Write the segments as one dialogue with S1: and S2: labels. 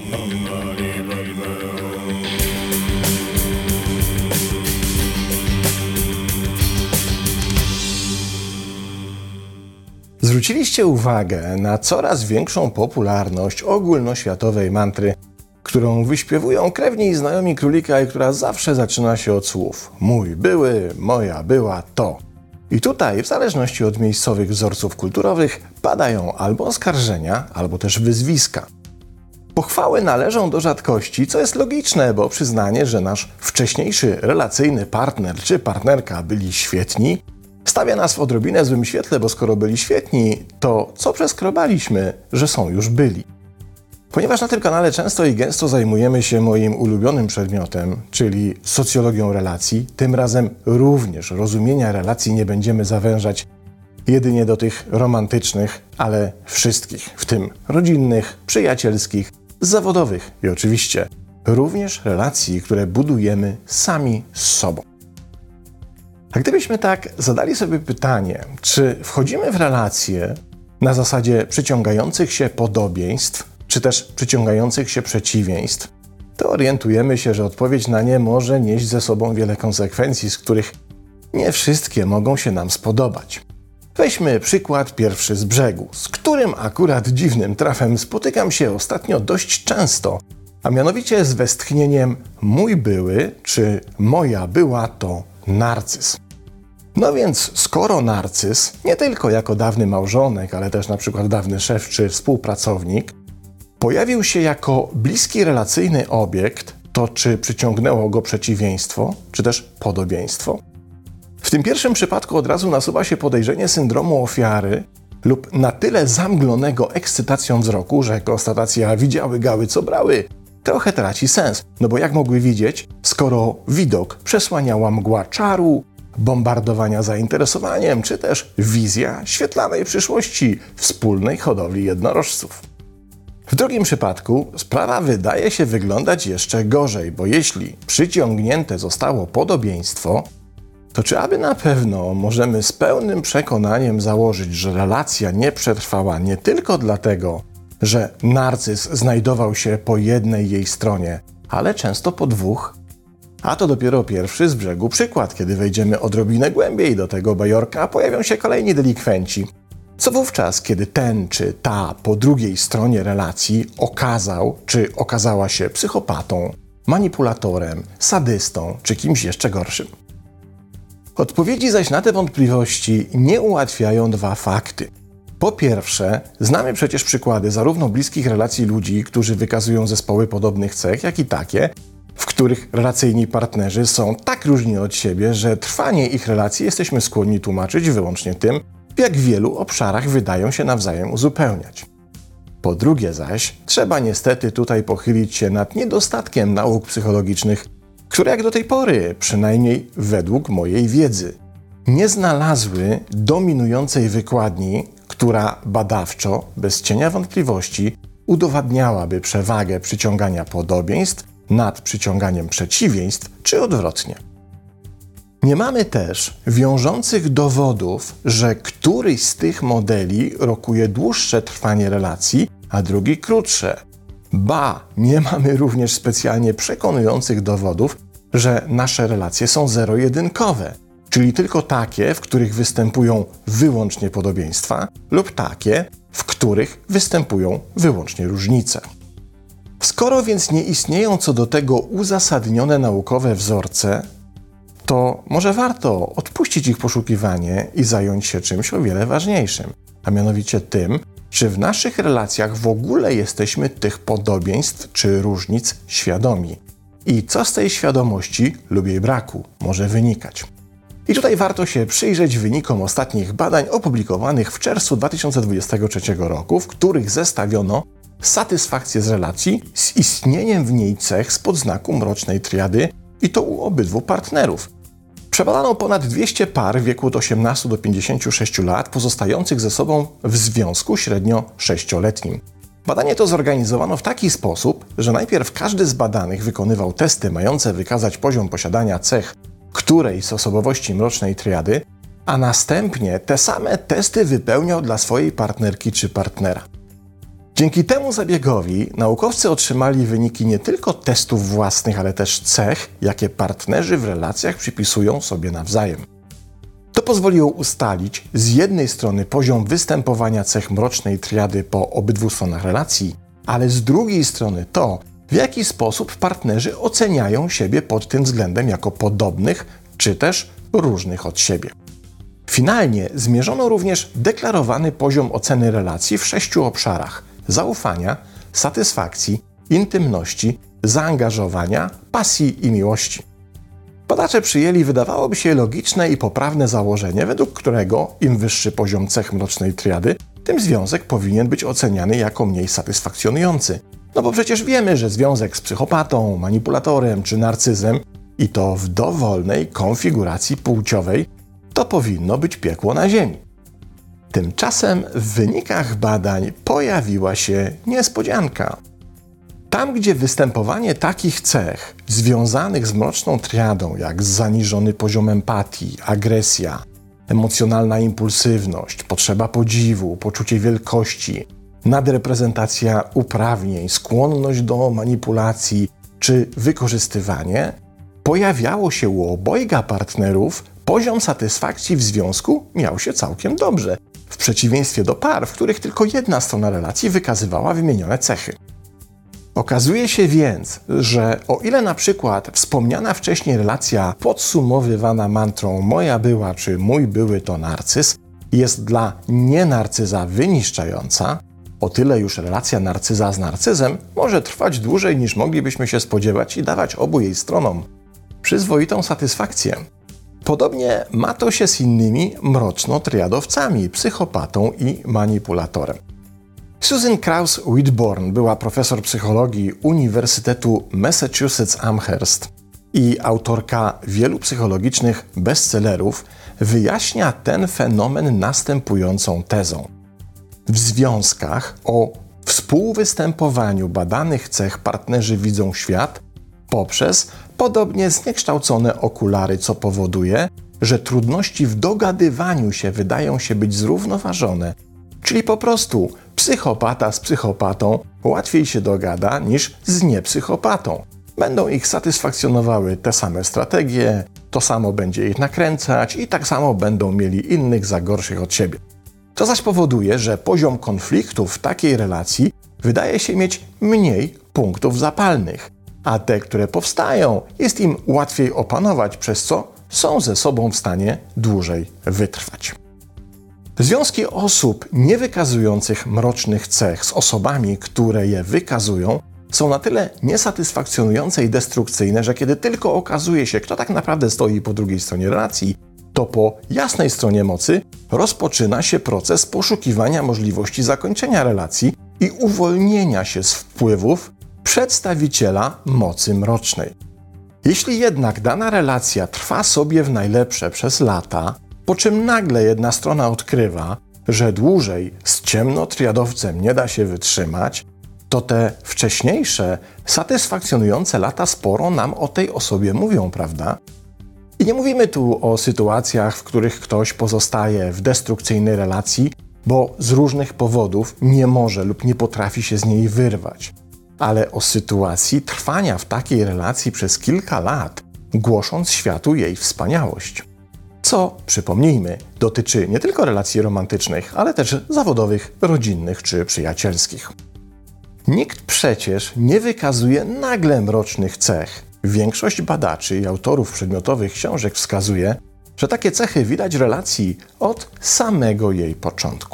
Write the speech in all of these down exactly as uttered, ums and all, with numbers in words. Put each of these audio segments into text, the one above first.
S1: Zwróciliście uwagę na coraz większą popularność ogólnoświatowej mantry, którą wyśpiewują krewni i znajomi królika i która zawsze zaczyna się od słów mój były, moja była to. I tutaj, w zależności od miejscowych wzorców kulturowych, padają albo oskarżenia, albo też wyzwiska. Pochwały należą do rzadkości, co jest logiczne, bo przyznanie, że nasz wcześniejszy relacyjny partner czy partnerka byli świetni, stawia nas w odrobinę złym świetle, bo skoro byli świetni, to co przeskrobaliśmy, że są już byli. Ponieważ na tym kanale często i gęsto zajmujemy się moim ulubionym przedmiotem, czyli socjologią relacji, tym razem również rozumienia relacji nie będziemy zawężać jedynie do tych romantycznych, ale wszystkich, w tym rodzinnych, przyjacielskich, zawodowych i oczywiście również relacji, które budujemy sami z sobą. A gdybyśmy tak zadali sobie pytanie, czy wchodzimy w relacje na zasadzie przyciągających się podobieństw, czy też przyciągających się przeciwieństw, to orientujemy się, że odpowiedź na nie może nieść ze sobą wiele konsekwencji, z których nie wszystkie mogą się nam spodobać. Weźmy przykład pierwszy z brzegu, z którym akurat dziwnym trafem spotykam się ostatnio dość często, a mianowicie z westchnieniem mój były czy moja była to narcyz. No więc skoro narcyz, nie tylko jako dawny małżonek, ale też na przykład dawny szef czy współpracownik, pojawił się jako bliski relacyjny obiekt, to czy przyciągnęło go przeciwieństwo, czy też podobieństwo? W tym pierwszym przypadku od razu nasuwa się podejrzenie syndromu ofiary lub na tyle zamglonego ekscytacją wzroku, że konstatacja widziały gały co brały trochę traci sens. No bo jak mogły widzieć, skoro widok przesłaniała mgła czaru, bombardowania zainteresowaniem, czy też wizja świetlanej przyszłości wspólnej hodowli jednorożców. W drugim przypadku sprawa wydaje się wyglądać jeszcze gorzej, bo jeśli przyciągnięte zostało podobieństwo, to czy aby na pewno możemy z pełnym przekonaniem założyć, że relacja nie przetrwała nie tylko dlatego, że narcyz znajdował się po jednej jej stronie, ale często po dwóch? A to dopiero pierwszy z brzegu przykład. Kiedy wejdziemy odrobinę głębiej do tego bajorka, pojawią się kolejni delikwenci. Co wówczas, kiedy ten czy ta po drugiej stronie relacji okazał czy okazała się psychopatą, manipulatorem, sadystą czy kimś jeszcze gorszym? Odpowiedzi zaś na te wątpliwości nie ułatwiają dwa fakty. Po pierwsze, znamy przecież przykłady zarówno bliskich relacji ludzi, którzy wykazują zespoły podobnych cech, jak i takie, w których relacyjni partnerzy są tak różni od siebie, że trwanie ich relacji jesteśmy skłonni tłumaczyć wyłącznie tym, w jak wielu obszarach wydają się nawzajem uzupełniać. Po drugie zaś, trzeba niestety tutaj pochylić się nad niedostatkiem nauk psychologicznych, które jak do tej pory, przynajmniej według mojej wiedzy, nie znalazły dominującej wykładni, która badawczo, bez cienia wątpliwości, udowadniałaby przewagę przyciągania podobieństw nad przyciąganiem przeciwieństw, czy odwrotnie. Nie mamy też wiążących dowodów, że któryś z tych modeli rokuje dłuższe trwanie relacji, a drugi krótsze. Ba, nie mamy również specjalnie przekonujących dowodów, że nasze relacje są zero-jedynkowe, czyli tylko takie, w których występują wyłącznie podobieństwa lub takie, w których występują wyłącznie różnice. Skoro więc nie istnieją co do tego uzasadnione naukowe wzorce, to może warto odpuścić ich poszukiwanie i zająć się czymś o wiele ważniejszym, a mianowicie tym, czy w naszych relacjach w ogóle jesteśmy tych podobieństw czy różnic świadomi i co z tej świadomości lub jej braku może wynikać. I tutaj warto się przyjrzeć wynikom ostatnich badań opublikowanych w czerwcu dwa tysiące dwudziestego trzeciego roku, w których zestawiono satysfakcję z relacji z istnieniem w niej cech spod znaku mrocznej triady i to u obydwu partnerów. Przebadano ponad dwieście par w wieku od osiemnastu do pięćdziesięciu sześciu lat, pozostających ze sobą w związku średnio sześcioletnim. Badanie to zorganizowano w taki sposób, że najpierw każdy z badanych wykonywał testy mające wykazać poziom posiadania cech którejś z osobowości mrocznej triady, a następnie te same testy wypełniał dla swojej partnerki czy partnera. Dzięki temu zabiegowi naukowcy otrzymali wyniki nie tylko testów własnych, ale też cech, jakie partnerzy w relacjach przypisują sobie nawzajem. To pozwoliło ustalić z jednej strony poziom występowania cech mrocznej triady po obydwu stronach relacji, ale z drugiej strony to, w jaki sposób partnerzy oceniają siebie pod tym względem jako podobnych czy też różnych od siebie. Finalnie zmierzono również deklarowany poziom oceny relacji w sześciu obszarach: zaufania, satysfakcji, intymności, zaangażowania, pasji i miłości. Badacze przyjęli, wydawałoby się, logiczne i poprawne założenie, według którego im wyższy poziom cech mrocznej triady, tym związek powinien być oceniany jako mniej satysfakcjonujący. No bo przecież wiemy, że związek z psychopatą, manipulatorem czy narcyzem, i to w dowolnej konfiguracji płciowej, to powinno być piekło na ziemi. Tymczasem w wynikach badań pojawiła się niespodzianka. Tam, gdzie występowanie takich cech związanych z mroczną triadą, jak zaniżony poziom empatii, agresja, emocjonalna impulsywność, potrzeba podziwu, poczucie wielkości, nadreprezentacja uprawnień, skłonność do manipulacji czy wykorzystywanie, pojawiało się u obojga partnerów, poziom satysfakcji w związku miał się całkiem dobrze, w przeciwieństwie do par, w których tylko jedna strona relacji wykazywała wymienione cechy. Okazuje się więc, że o ile na przykład wspomniana wcześniej relacja podsumowywana mantrą moja była czy mój były to narcyz jest dla nienarcyza wyniszczająca, o tyle już relacja narcyza z narcyzem może trwać dłużej niż moglibyśmy się spodziewać i dawać obu jej stronom przyzwoitą satysfakcję. Podobnie ma to się z innymi mroczno-triadowcami, psychopatą i manipulatorem. Susan Krauss Whitbourne była profesor psychologii Uniwersytetu Massachusetts Amherst i autorka wielu psychologicznych bestsellerów, wyjaśnia ten fenomen następującą tezą. W związkach o współwystępowaniu badanych cech partnerzy widzą świat poprzez podobnie zniekształcone okulary, co powoduje, że trudności w dogadywaniu się wydają się być zrównoważone, czyli po prostu psychopata z psychopatą łatwiej się dogada niż z niepsychopatą. Będą ich satysfakcjonowały te same strategie, to samo będzie ich nakręcać i tak samo będą mieli innych za gorszych od siebie. To zaś powoduje, że poziom konfliktu w takiej relacji wydaje się mieć mniej punktów zapalnych, a te, które powstają, jest im łatwiej opanować, przez co są ze sobą w stanie dłużej wytrwać. Związki osób nie wykazujących mrocznych cech z osobami, które je wykazują, są na tyle niesatysfakcjonujące i destrukcyjne, że kiedy tylko okazuje się, kto tak naprawdę stoi po drugiej stronie relacji, to po jasnej stronie mocy rozpoczyna się proces poszukiwania możliwości zakończenia relacji i uwolnienia się z wpływów przedstawiciela mocy mrocznej. Jeśli jednak dana relacja trwa sobie w najlepsze przez lata, po czym nagle jedna strona odkrywa, że dłużej z ciemnotriadowcem nie da się wytrzymać, to te wcześniejsze, satysfakcjonujące lata sporo nam o tej osobie mówią, prawda? I nie mówimy tu o sytuacjach, w których ktoś pozostaje w destrukcyjnej relacji, bo z różnych powodów nie może lub nie potrafi się z niej wyrwać, ale o sytuacji trwania w takiej relacji przez kilka lat, głosząc światu jej wspaniałość. Co, przypomnijmy, dotyczy nie tylko relacji romantycznych, ale też zawodowych, rodzinnych czy przyjacielskich. Nikt przecież nie wykazuje nagle mrocznych cech. Większość badaczy i autorów przedmiotowych książek wskazuje, że takie cechy widać w relacji od samego jej początku.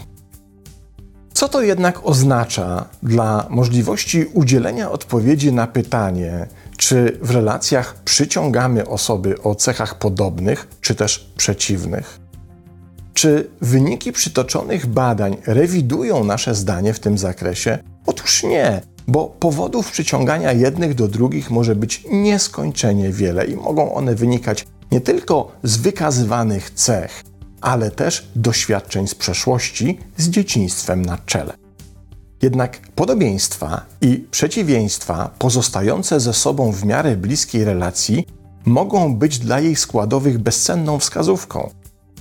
S1: Co to jednak oznacza dla możliwości udzielenia odpowiedzi na pytanie, czy w relacjach przyciągamy osoby o cechach podobnych, czy też przeciwnych? Czy wyniki przytoczonych badań rewidują nasze zdanie w tym zakresie? Otóż nie, bo powodów przyciągania jednych do drugich może być nieskończenie wiele i mogą one wynikać nie tylko z wykazywanych cech, ale też doświadczeń z przeszłości z dzieciństwem na czele. Jednak podobieństwa i przeciwieństwa pozostające ze sobą w miarę bliskiej relacji mogą być dla jej składowych bezcenną wskazówką,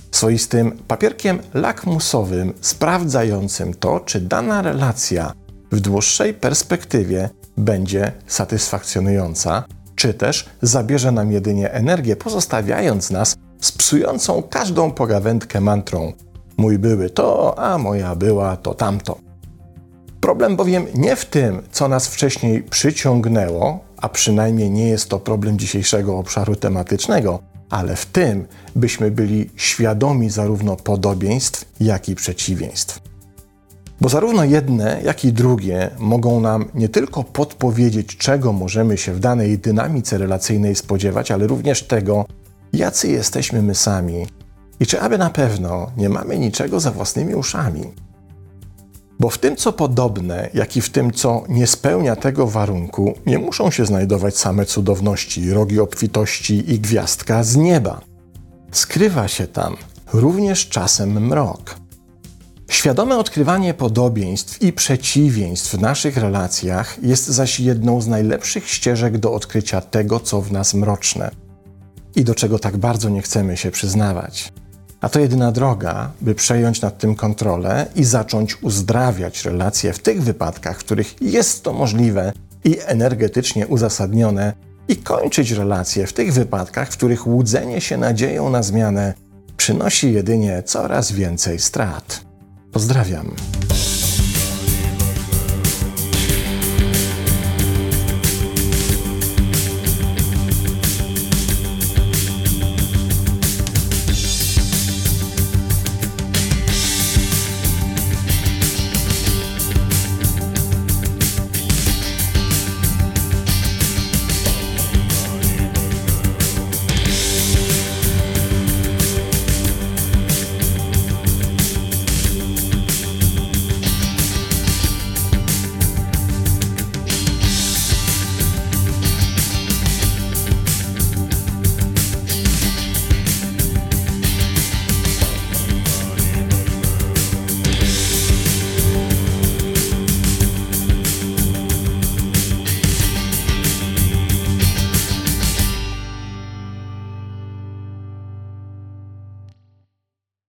S1: swoistym papierkiem lakmusowym sprawdzającym to, czy dana relacja w dłuższej perspektywie będzie satysfakcjonująca, czy też zabierze nam jedynie energię, pozostawiając nas z psującą każdą pogawędkę mantrą: mój były to, a moja była to tamto. Problem bowiem nie w tym, co nas wcześniej przyciągnęło, a przynajmniej nie jest to problem dzisiejszego obszaru tematycznego, ale w tym, byśmy byli świadomi zarówno podobieństw, jak i przeciwieństw. Bo zarówno jedne, jak i drugie mogą nam nie tylko podpowiedzieć, czego możemy się w danej dynamice relacyjnej spodziewać, ale również tego, jacy jesteśmy my sami i czy aby na pewno nie mamy niczego za własnymi uszami. Bo w tym, co podobne, jak i w tym, co nie spełnia tego warunku, nie muszą się znajdować same cudowności, rogi obfitości i gwiazdka z nieba. Skrywa się tam również czasem mrok. Świadome odkrywanie podobieństw i przeciwieństw w naszych relacjach jest zaś jedną z najlepszych ścieżek do odkrycia tego, co w nas mroczne i do czego tak bardzo nie chcemy się przyznawać. A to jedyna droga, by przejąć nad tym kontrolę i zacząć uzdrawiać relacje w tych wypadkach, w których jest to możliwe i energetycznie uzasadnione, i kończyć relacje w tych wypadkach, w których łudzenie się nadzieją na zmianę przynosi jedynie coraz więcej strat. Pozdrawiam.